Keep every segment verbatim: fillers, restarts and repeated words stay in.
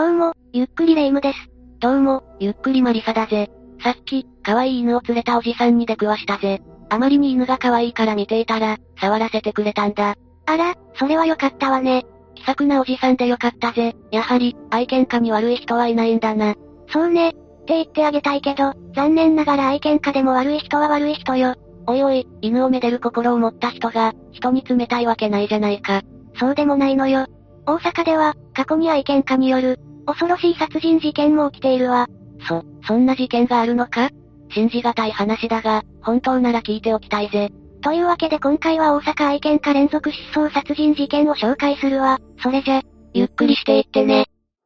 どうも、ゆっくりレ夢ムです。 どうも、ゆっくりマリサだぜ。さっき、可愛い犬を連れたおじさんに出くわしたぜ。あまりに犬が可愛いから見ていたら、触らせてくれたんだ。 あら、それはよかったわね。 気さくなおじさんでよかったぜ。やはり、愛犬家に悪い人はいないんだな。 そうね、って言ってあげたいけど、残念ながら愛犬家でも悪い人は悪い人よ。 おいおい、犬をめでる心を持った人が、人に冷たいわけないじゃないか。 そうでもないのよ。大阪では、過去に愛犬家による、恐ろしい殺人事件も起きているわ。 そ、そんな事件があるのか？信じがたい話だが、本当なら聞いておきたいぜ。 というわけで今回は大阪愛犬家連続失踪殺人事件を紹介するわ。それじゃ、 ゆっくりしていってね。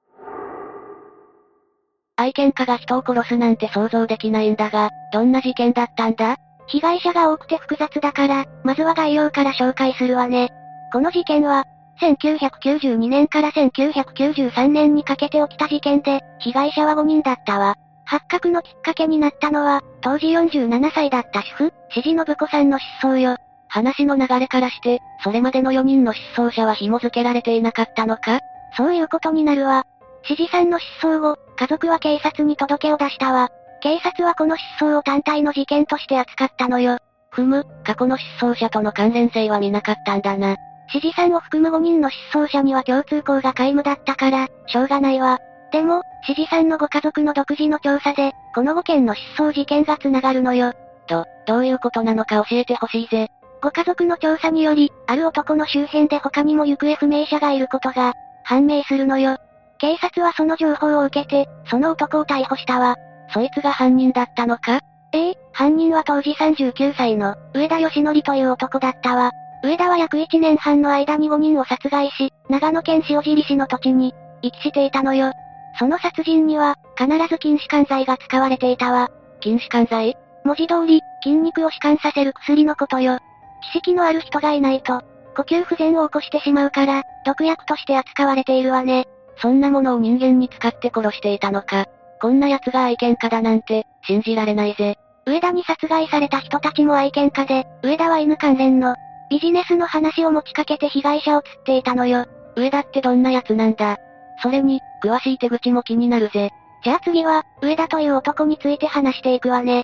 愛犬家が人を殺すなんて想像できないんだが、どんな事件だったんだ？ 被害者が多くて複雑だから、まずは概要から紹介するわね。この事件は、せんきゅうひゃくきゅうじゅうにねんからせんきゅうひゃくきゅうじゅうさんねんにかけて起きた事件で、被害者はごにんだったわ。発覚のきっかけになったのは、当時よんじゅうななさいだった主婦、志地信子さんの失踪よ。 話の流れからして、それまでのよにんの失踪者は紐付けられていなかったのか？ そういうことになるわ。志地さんの失踪後、家族は警察に届けを出したわ。警察はこの失踪を単体の事件として扱ったのよ。 ふむ、過去の失踪者との関連性は見なかったんだな。 志地さんを含むごにんの失踪者には共通項が皆無だったから、しょうがないわ。でも、志地さんのご家族の独自の調査で、このごけんの失踪事件が繋がるのよ。 ど、どういうことなのか教えてほしいぜ。 ご家族の調査により、ある男の周辺で他にも行方不明者がいることが、判明するのよ。警察はその情報を受けて、その男を逮捕したわ。 そいつが犯人だったのか？ ええ、犯人は当時さんじゅうきゅうさいの、上田義則という男だったわ。上田は約いちねんはんの間にごにんを殺害し、長野県塩尻市の土地に、遺棄していたのよ。その殺人には、必ず筋弛緩剤が使われていたわ。 筋弛緩剤？ 文字通り、筋肉を弛緩させる薬のことよ。知識のある人がいないと、呼吸不全を起こしてしまうから、毒薬として扱われているわね。 そんなものを人間に使って殺していたのか。こんな奴が愛犬家だなんて、信じられないぜ。 上田に殺害された人たちも愛犬家で、上田は犬関連の、ビジネスの話を持ちかけて被害者を釣っていたのよ。 上田ってどんな奴なんだ？それに、詳しい手口も気になるぜ。 じゃあ次は、上田という男について話していくわね。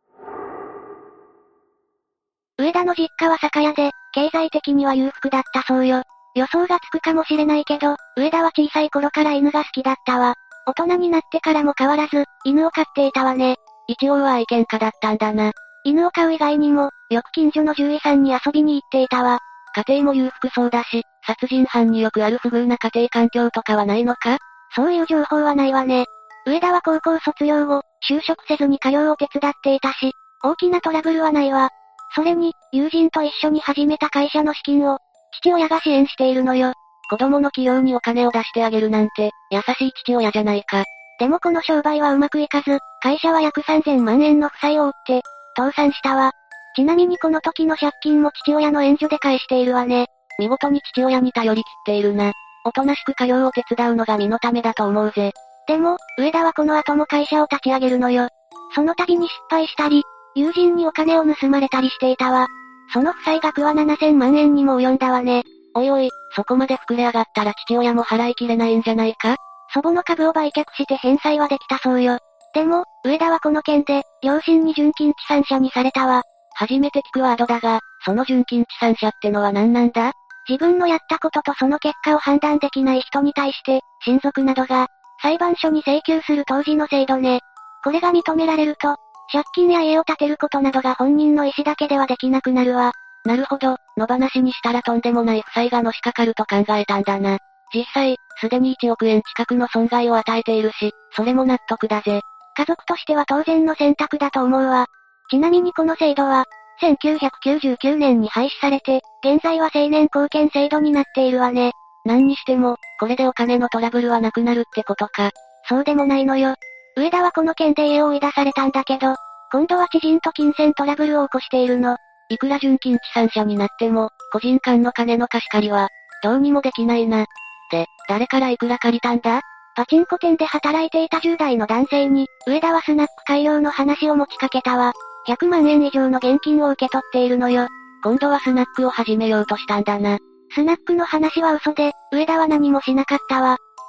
上田の実家は酒屋で、経済的には裕福だったそうよ。予想がつくかもしれないけど、上田は小さい頃から犬が好きだったわ。大人になってからも変わらず、犬を飼っていたわね。 一応は愛犬家だったんだな。 犬を飼う以外にも、よく近所の獣医さんに遊びに行っていたわ。 家庭も裕福そうだし、殺人犯によくある不遇な家庭環境とかはないのか？ そういう情報はないわね。上田は高校卒業後、就職せずに家業を手伝っていたし、大きなトラブルはないわ。それに、友人と一緒に始めた会社の資金を、父親が支援しているのよ。 子供の起業にお金を出してあげるなんて、優しい父親じゃないか。 でもこの商売はうまくいかず、会社は約さんぜんまんえんの負債を負って、倒産したわ。ちなみにこの時の借金も父親の援助で返しているわね。 見事に父親に頼り切っているな。おとなしく家業を手伝うのが身のためだと思うぜ。 でも、上田はこの後も会社を立ち上げるのよ。その度に失敗したり、友人にお金を盗まれたりしていたわ。その負債額はななせんまんえんにも及んだわね。 おいおい、そこまで膨れ上がったら父親も払いきれないんじゃないか？ 祖母の株を売却して返済はできたそうよ。でも、上田はこの件で、両親に純金地産者にされたわ。 初めて聞くワードだが、その純金地産者ってのは何なんだ？ 自分のやったこととその結果を判断できない人に対して、親族などが、裁判所に請求する当時の制度ね。これが認められると、借金や家を建てることなどが本人の意思だけではできなくなるわ。 なるほど、野放しにしたらとんでもない負債がのしかかると考えたんだな。実際、すでにいちおくえん近くの損害を与えているし、それも納得だぜ。 家族としては当然の選択だと思うわ。ちなみにこの制度は、せんきゅうひゃくきゅうじゅうきゅうねんに廃止されて、現在は青年貢献制度になっているわね。 何にしても、これでお金のトラブルはなくなるってことか。 そうでもないのよ。上田はこの件で家を追い出されたんだけど、今度は知人と金銭トラブルを起こしているの。 いくら純金地産者になっても、個人間の金の貸し借りは、どうにもできないな。で、誰からいくら借りたんだ？ パチンコ店で働いていたじゅう代の男性に、上田はスナック開業の話を持ちかけたわ。ひゃくまんえん以上の現金を受け取っているのよ。 今度はスナックを始めようとしたんだな。 スナックの話は嘘で、上田は何もしなかったわ。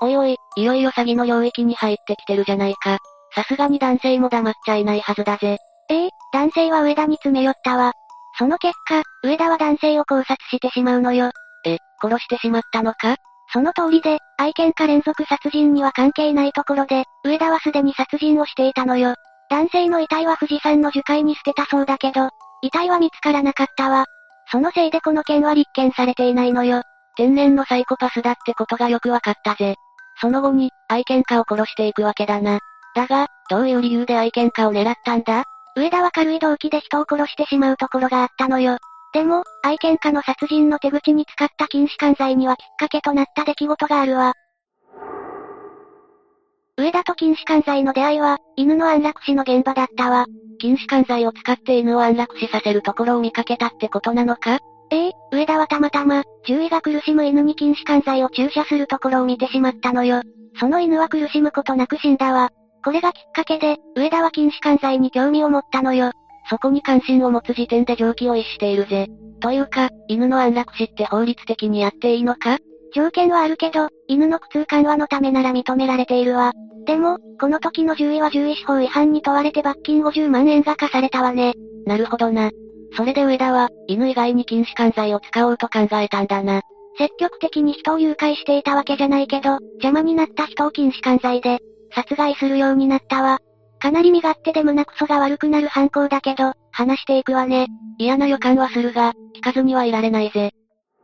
おいおい、いよいよ詐欺の領域に入ってきてるじゃないか。さすがに男性も黙っちゃいないはずだぜ。 ええ、男性は上田に詰め寄ったわ。その結果、上田は男性を絞殺してしまうのよ。 え、殺してしまったのか？ その通りで、愛犬家連続殺人には関係ないところで、上田はすでに殺人をしていたのよ。男性の遺体は富士山の樹海に捨てたそうだけど、遺体は見つからなかったわ。そのせいでこの件は立件されていないのよ。 天然のサイコパスだってことがよくわかったぜ。その後に、愛犬家を殺していくわけだな。だが、どういう理由で愛犬家を狙ったんだ？ 上田は軽い動機で人を殺してしまうところがあったのよ。でも、愛犬家の殺人の手口に使った筋弛緩剤にはきっかけとなった出来事があるわ。上田と筋弛緩剤の出会いは、犬の安楽死の現場だったわ。 筋弛緩剤を使って犬を安楽死させるところを見かけたってことなのか？ ええ、上田はたまたま、獣医が苦しむ犬に筋弛緩剤を注射するところを見てしまったのよ。その犬は苦しむことなく死んだわ。これがきっかけで、上田は筋弛緩剤に興味を持ったのよ。 そこに関心を持つ時点で常軌を逸しているぜ。というか、犬の安楽死って法律的にやっていいのか？ 条件はあるけど、犬の苦痛緩和のためなら認められているわ。でも、この時の獣医は獣医師法違反に問われて罰金ごじゅうまんえんが課されたわね。 なるほどな。それで上田は、犬以外に筋弛緩剤を使おうと考えたんだな。 積極的に人を誘拐していたわけじゃないけど、邪魔になった人を筋弛緩剤で、殺害するようになったわ。かなり身勝手で胸クソが悪くなる犯行だけど、話していくわね。 嫌な予感はするが、聞かずにはいられないぜ。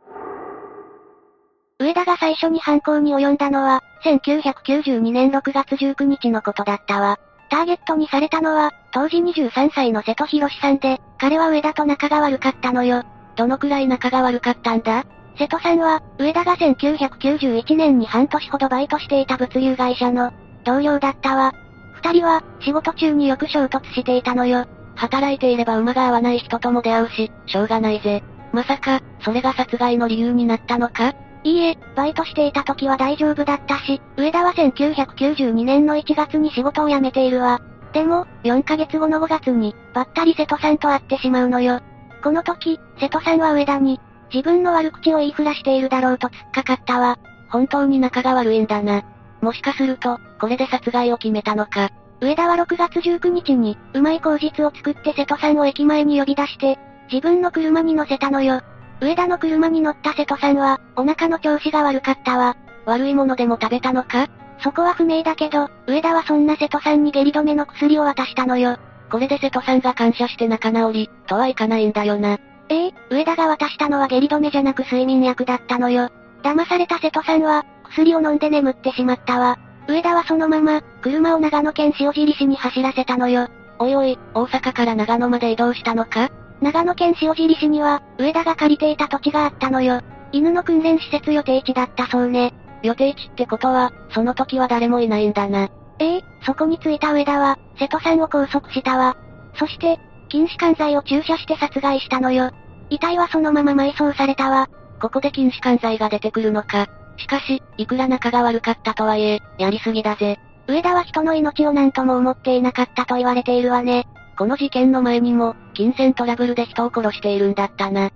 上田が最初に犯行に及んだのは、せんきゅうひゃくきゅうじゅうにねんろくがつじゅうくにちのことだったわ。ターゲットにされたのは、当時にじゅうさんさいの瀬戸博さんで、彼は上田と仲が悪かったのよ。 どのくらい仲が悪かったんだ？ 瀬戸さんは、上田がせんきゅうひゃくきゅうじゅういちねんに半年ほどバイトしていた物流会社の同僚だったわ。二人は、仕事中によく衝突していたのよ。 働いていれば馬が合わない人とも出会うし、しょうがないぜ。まさか、それが殺害の理由になったのか？ いいえ、バイトしていた時は大丈夫だったし、上田はせんきゅうひゃくきゅうじゅうにねんのいちがつに仕事を辞めているわ。でも、よんかげつごのごがつに、ばったり瀬戸さんと会ってしまうのよ。この時、瀬戸さんは上田に、自分の悪口を言いふらしているだろうと突っかかったわ。 本当に仲が悪いんだな。もしかすると、これで殺害を決めたのか。 上田はろくがつじゅうくにちに、うまい口実を作って瀬戸さんを駅前に呼び出して、自分の車に乗せたのよ。上田の車に乗った瀬戸さんは、お腹の調子が悪かったわ。 悪いものでも食べたのか？ そこは不明だけど、上田はそんな瀬戸さんに下痢止めの薬を渡したのよ。 これで瀬戸さんが感謝して仲直り、とはいかないんだよな。 ええ、上田が渡したのは下痢止めじゃなく睡眠薬だったのよ。騙された瀬戸さんは、薬を飲んで眠ってしまったわ。上田はそのまま、車を長野県塩尻市に走らせたのよ。 おいおい、大阪から長野まで移動したのか？ 長野県塩尻市には、上田が借りていた土地があったのよ。犬の訓練施設予定地だったそうね。 予定地ってことは、その時は誰もいないんだな。 ええ、そこに着いた上田は、瀬戸さんを拘束したわ。そして、筋弛緩剤を注射して殺害したのよ。遺体はそのまま埋葬されたわ。 ここで筋弛緩剤が出てくるのか。しかし、いくら仲が悪かったとはいえ、やりすぎだぜ。 上田は人の命を何とも思っていなかったと言われているわね。 この事件の前にも、金銭トラブルで人を殺しているんだったな。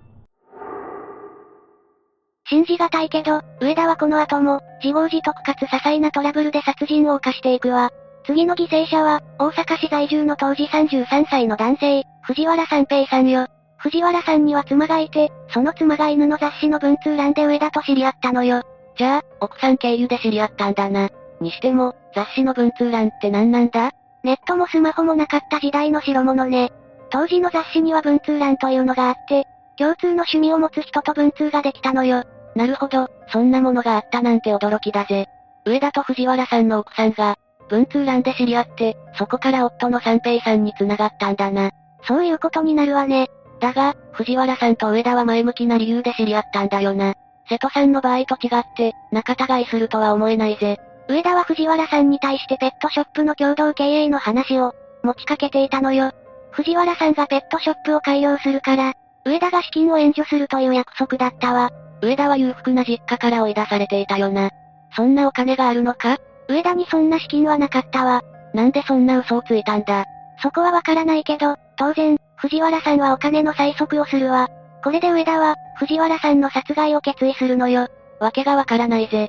信じがたいけど、上田はこの後も、自業自得かつ些細なトラブルで殺人を犯していくわ。次の犠牲者は、大阪市在住の当時さんじゅうさんさいの男性、藤原三平さんよ。藤原さんには妻がいて、その妻が犬の雑誌の文通欄で上田と知り合ったのよ。 じゃあ、奥さん経由で知り合ったんだな。にしても、雑誌の文通欄って何なんだ？ ネットもスマホもなかった時代の代物ね。当時の雑誌には文通欄というのがあって、共通の趣味を持つ人と文通ができたのよ。 なるほど、そんなものがあったなんて驚きだぜ。上田と藤原さんの奥さんが、文通欄で知り合って、そこから夫の三平さんに繋がったんだな。 そういうことになるわね。 だが、藤原さんと上田は前向きな理由で知り合ったんだよな。瀬戸さんの場合と違って、仲違いするとは思えないぜ。 上田は藤原さんに対してペットショップの共同経営の話を、持ちかけていたのよ。藤原さんがペットショップを開業するから、上田が資金を援助するという約束だったわ。 上田は裕福な実家から追い出されていたよな。そんなお金があるのか？ 上田にそんな資金はなかったわ。 なんでそんな嘘をついたんだ？ そこはわからないけど、当然、藤原さんはお金の催促をするわ。これで上田は、藤原さんの殺害を決意するのよ。 わけがわからないぜ。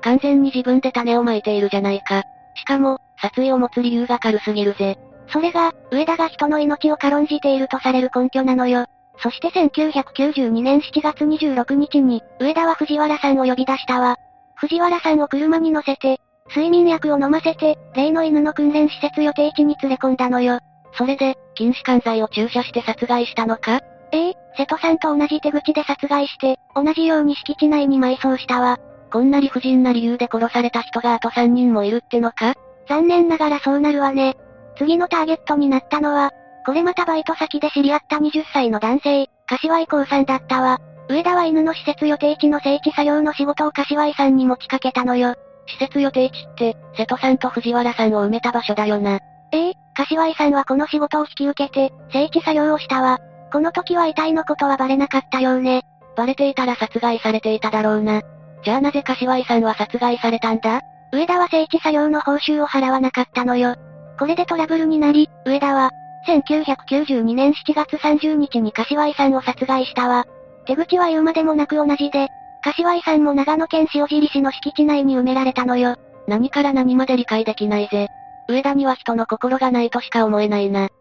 完全に自分で種をまいているじゃないか。しかも、殺意を持つ理由が軽すぎるぜ。 それが、上田が人の命を軽んじているとされる根拠なのよ。そしてせんきゅうひゃくきゅうじゅうにねんしちがつにじゅうろくにちに、上田は藤原さんを呼び出したわ。藤原さんを車に乗せて、睡眠薬を飲ませて、例の犬の訓練施設予定地に連れ込んだのよ。 それで、筋弛緩剤を注射して殺害したのか？ ええ、瀬戸さんと同じ手口で殺害して、同じように敷地内に埋葬したわ。 こんな理不尽な理由で殺された人があとさんにんもいるってのか？ 残念ながらそうなるわね。次のターゲットになったのは、これまたバイト先で知り合ったはたちの男性、柏井光さんだったわ。上田は犬の施設予定地の整地作業の仕事を柏井さんに持ちかけたのよ。 施設予定地って、瀬戸さんと藤原さんを埋めた場所だよな。 ええ、柏井さんはこの仕事を引き受けて、整地作業をしたわ。この時は遺体のことはバレなかったようね。 バレていたら殺害されていただろうな。じゃあなぜ柏井さんは殺害されたんだ？ 上田は整地作業の報酬を払わなかったのよ。これでトラブルになり、上田は、せんきゅうひゃくきゅうじゅうにねんしちがつさんじゅうにちに柏井さんを殺害したわ。手口は言うまでもなく同じで、柏井さんも長野県塩尻市の敷地内に埋められたのよ。 何から何まで理解できないぜ。上田には人の心がないとしか思えないな。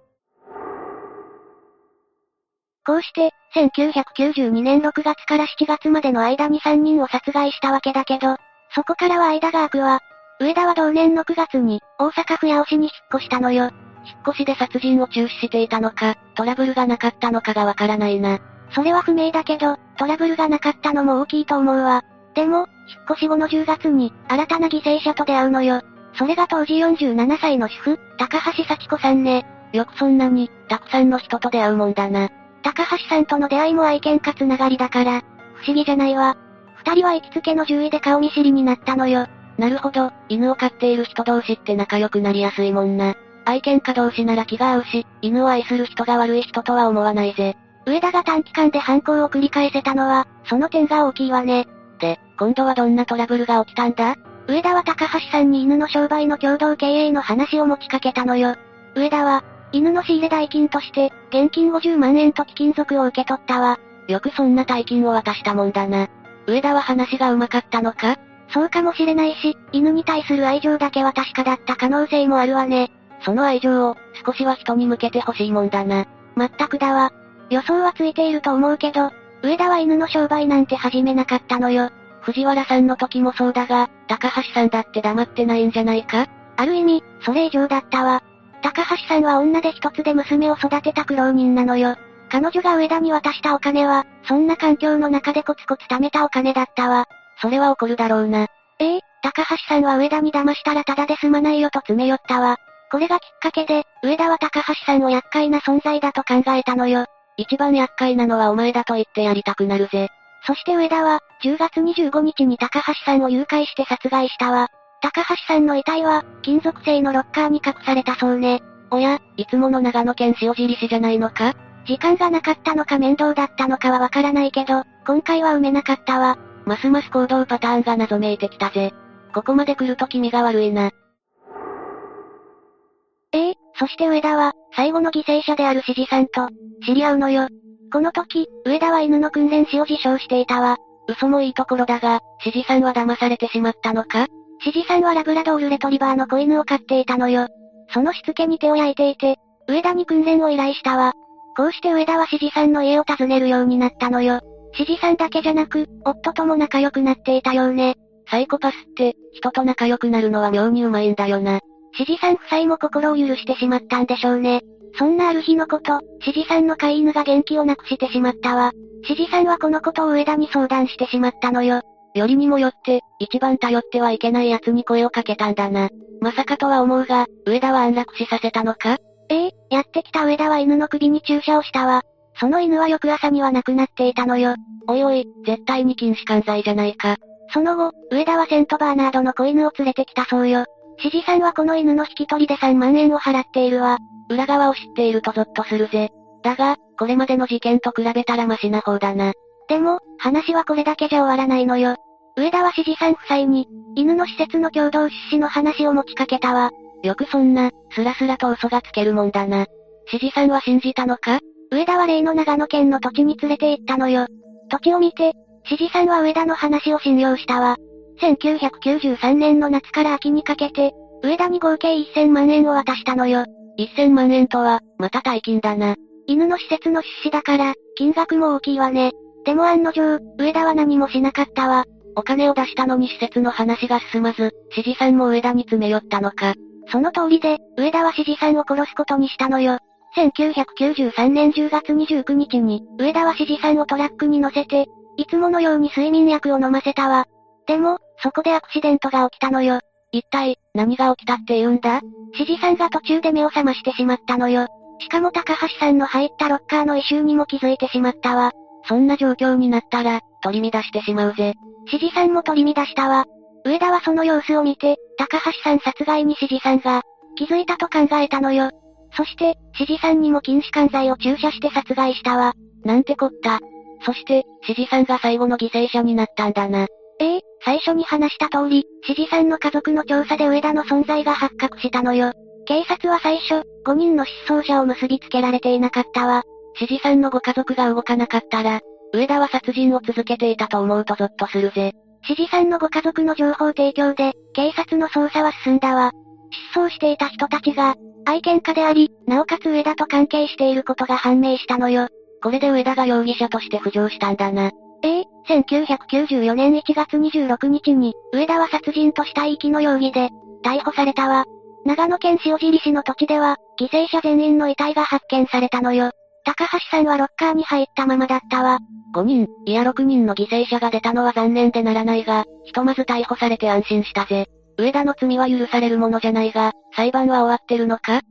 こうして、せんきゅうひゃくきゅうじゅうにねんろくがつからしちがつまでの間にさんにんを殺害したわけだけど、そこからは間が空くわ。上田は同年のくがつに、大阪府八尾市に引っ越したのよ。 引っ越しで殺人を中止していたのか、トラブルがなかったのかがわからないな。 それは不明だけど、トラブルがなかったのも大きいと思うわ。でも、引っ越し後のじゅうがつに、新たな犠牲者と出会うのよ。それが当時よんじゅうななさいの主婦、高橋幸子さんね。 よくそんなに、たくさんの人と出会うもんだな。 高橋さんとの出会いも愛犬かつながりだから、不思議じゃないわ。二人は行きつけの獣医で顔見知りになったのよ。 なるほど、犬を飼っている人同士って仲良くなりやすいもんな。愛犬家同士なら気が合うし、犬を愛する人が悪い人とは思わないぜ。 上田が短期間で犯行を繰り返せたのは、その点が大きいわね。 で、今度はどんなトラブルが起きたんだ？ 上田は高橋さんに犬の商売の共同経営の話を持ちかけたのよ。上田は、犬の仕入れ代金として、現金ごじゅうまんえんと貴金属を受け取ったわ。 よくそんな大金を渡したもんだな。上田は話が上手かったのか？ そうかもしれないし、犬に対する愛情だけは確かだった可能性もあるわね。 その愛情を、少しは人に向けて欲しいもんだな。 まったくだわ。予想はついていると思うけど、上田は犬の商売なんて始めなかったのよ。 藤原さんの時もそうだが、高橋さんだって黙ってないんじゃないか？ ある意味、それ以上だったわ。高橋さんは女で一つで娘を育てた苦労人なのよ。彼女が上田に渡したお金は、そんな環境の中でコツコツ貯めたお金だったわ。 それは怒るだろうな。 ええ、高橋さんは上田に騙したらただで済まないよと詰め寄ったわ。これがきっかけで、上田は高橋さんを厄介な存在だと考えたのよ。 一番厄介なのはお前だと言ってやりたくなるぜ。 そして上田は、じゅうがつにじゅうごにちに高橋さんを誘拐して殺害したわ。高橋さんの遺体は、金属製のロッカーに隠されたそうね。 おや、いつもの長野県塩尻市じゃないのか？ 時間がなかったのか面倒だったのかはわからないけど、今回は埋めなかったわ。 ますます行動パターンが謎めいてきたぜ。ここまで来ると気味が悪いな。 ええ、そして上田は、最後の犠牲者である指示さんと、知り合うのよ。この時、上田は犬の訓練士を自称していたわ。 嘘もいいところだが、指示さんは騙されてしまったのか？ 指示さんはラブラドールレトリバーの子犬を飼っていたのよ。そのしつけに手を焼いていて、上田に訓練を依頼したわ。こうして上田は指示さんの家を訪ねるようになったのよ。指示さんだけじゃなく、夫とも仲良くなっていたようね。 サイコパスって、人と仲良くなるのは妙にうまいんだよな。 指示さん夫妻も心を許してしまったんでしょうね。そんなある日のこと、指示さんの飼い犬が元気をなくしてしまったわ。指示さんはこのことを上田に相談してしまったのよ。 よりにもよって、一番頼ってはいけない奴に声をかけたんだな。まさかとは思うが、上田は安楽死させたのか？ ええ、やってきた上田は犬の首に注射をしたわ。その犬は翌朝には亡くなっていたのよ。 おいおい、絶対に筋弛緩剤じゃないか。 その後、上田はセントバーナードの子犬を連れてきたそうよ。指示さんはこの犬の引き取りでさんまんえんを払っているわ。 裏側を知っているとゾッとするぜ。だが、これまでの事件と比べたらマシな方だな。 でも、話はこれだけじゃ終わらないのよ。上田は指示さん夫妻に、犬の施設の共同出資の話を持ちかけたわ。 よくそんな、スラスラと嘘がつけるもんだな。指示さんは信じたのか？ 上田は例の長野県の土地に連れて行ったのよ。土地を見て、指示さんは上田の話を信用したわ。 せんきゅうひゃくきゅうじゅうさんねんの夏から秋にかけて、上田に合計せんまんえんを渡したのよ。 せんまんえんとは、また大金だな。 犬の施設の出資だから、金額も大きいわね。でも案の定、上田は何もしなかったわ。 お金を出したのに施設の話が進まず、指示さんも上田に詰め寄ったのか。 その通りで、上田は指示さんを殺すことにしたのよ。せんきゅうひゃくきゅうじゅうさんねんじゅうがつにじゅうくにちに、上田は指示さんをトラックに乗せて、いつものように睡眠薬を飲ませたわ。でも、そこでアクシデントが起きたのよ。 一体、何が起きたって言うんだ？ 指示さんが途中で目を覚ましてしまったのよ。しかも高橋さんの入ったロッカーの異臭にも気づいてしまったわ。 そんな状況になったら、取り乱してしまうぜ。 指示さんも取り乱したわ。上田はその様子を見て、高橋さん殺害に指示さんが、気づいたと考えたのよ。そして、指示さんにも筋弛緩剤を注射して殺害したわ。 なんてこった。そして、指示さんが最後の犠牲者になったんだな。 ええ、最初に話した通り、指示さんの家族の調査で上田の存在が発覚したのよ。警察は最初、ごにんの失踪者を結びつけられていなかったわ。 指示さんのご家族が動かなかったら、上田は殺人を続けていたと思うとゾッとするぜ。 指示さんのご家族の情報提供で、警察の捜査は進んだわ。失踪していた人たちが、愛犬家であり、なおかつ上田と関係していることが判明したのよ。 これで上田が容疑者として浮上したんだな。 ええ、せんきゅうひゃくきゅうじゅうよねんいちがつにじゅうろくにちに、上田は殺人と死体遺棄の容疑で、逮捕されたわ。長野県塩尻市の土地では、犠牲者全員の遺体が発見されたのよ。高橋さんはロッカーに入ったままだったわ。 ごにん、いやろくにんの犠牲者が出たのは残念でならないが、ひとまず逮捕されて安心したぜ。上田の罪は許されるものじゃないが、裁判は終わってるのか？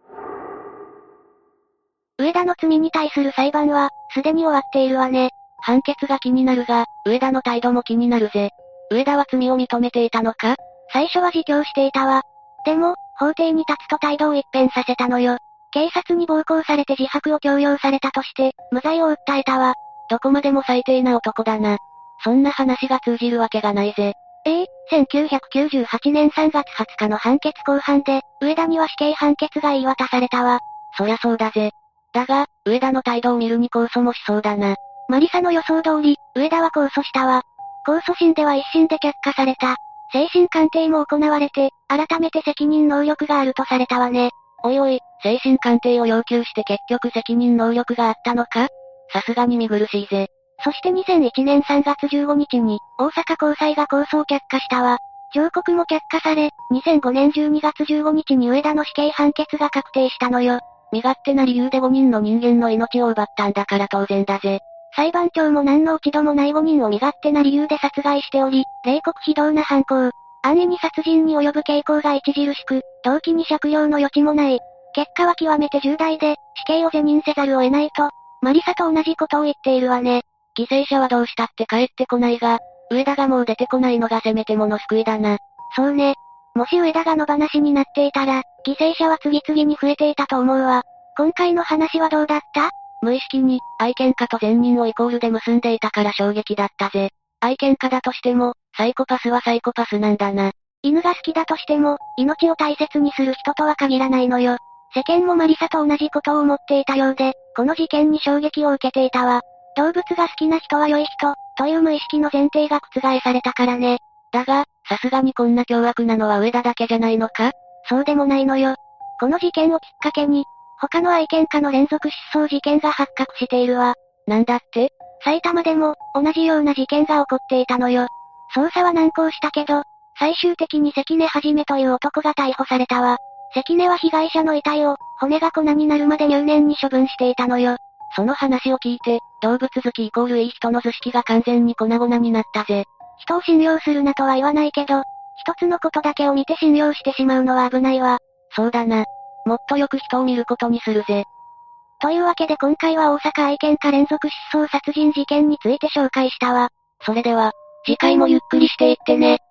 上田の罪に対する裁判は、すでに終わっているわね。 判決が気になるが、上田の態度も気になるぜ。上田は罪を認めていたのか？ 最初は自供していたわ。でも、法廷に立つと態度を一変させたのよ。警察に暴行されて自白を強要されたとして、無罪を訴えたわ。 どこまでも最低な男だな。そんな話が通じるわけがないぜ。 ええ、せんきゅうひゃくきゅうじゅうはちねんさんがつはつかの判決公判で、上田には死刑判決が言い渡されたわ。 そりゃそうだぜ。だが、上田の態度を見るに控訴もしそうだな。 マリサの予想通り、上田は控訴したわ。控訴審では一審で却下された。精神鑑定も行われて、改めて責任能力があるとされたわね。 おいおい、精神鑑定を要求して結局責任能力があったのか？さすがに見苦しいぜ。 そしてにせんいちねんさんがつじゅうごにちに、大阪高裁が控訴を却下したわ。上告も却下され、にせんごねんじゅうにがつじゅうごにちに上田の死刑判決が確定したのよ。 身勝手な理由でごにんの人間の命を奪ったんだから当然だぜ。 裁判長も何の落ち度もないごにんを身勝手な理由で殺害しており、冷酷非道な犯行。安易に殺人に及ぶ傾向が著しく、動機に酌量の余地もない。結果は極めて重大で、死刑を是認せざるを得ないと、マリサと同じことを言っているわね。 犠牲者はどうしたって帰ってこないが、上田がもう出てこないのがせめてもの救いだな。 そうね。もし上田が野放しになっていたら、犠牲者は次々に増えていたと思うわ。今回の話はどうだった？ 無意識に、愛犬家と善人をイコールで結んでいたから衝撃だったぜ。愛犬家だとしても、サイコパスはサイコパスなんだな。 犬が好きだとしても、命を大切にする人とは限らないのよ。世間もマリサと同じことを思っていたようで、この事件に衝撃を受けていたわ。動物が好きな人は良い人、という無意識の前提が覆されたからね。 だが、さすがにこんな凶悪なのは上田だけじゃないのか？ そうでもないのよ。この事件をきっかけに、他の愛犬家の連続失踪事件が発覚しているわ。 なんだって？ 埼玉でも、同じような事件が起こっていたのよ。捜査は難航したけど、最終的に関根はじめという男が逮捕されたわ。関根は被害者の遺体を、骨が粉になるまで入念に処分していたのよ。 その話を聞いて、動物好きイコールいい人の図式が完全に粉々になったぜ。 人を信用するなとは言わないけど、一つのことだけを見て信用してしまうのは危ないわ。 そうだな。もっとよく人を見ることにするぜ。 というわけで今回は大阪愛犬家連続失踪殺人事件について紹介したわ。 それでは、次回もゆっくりしていってね。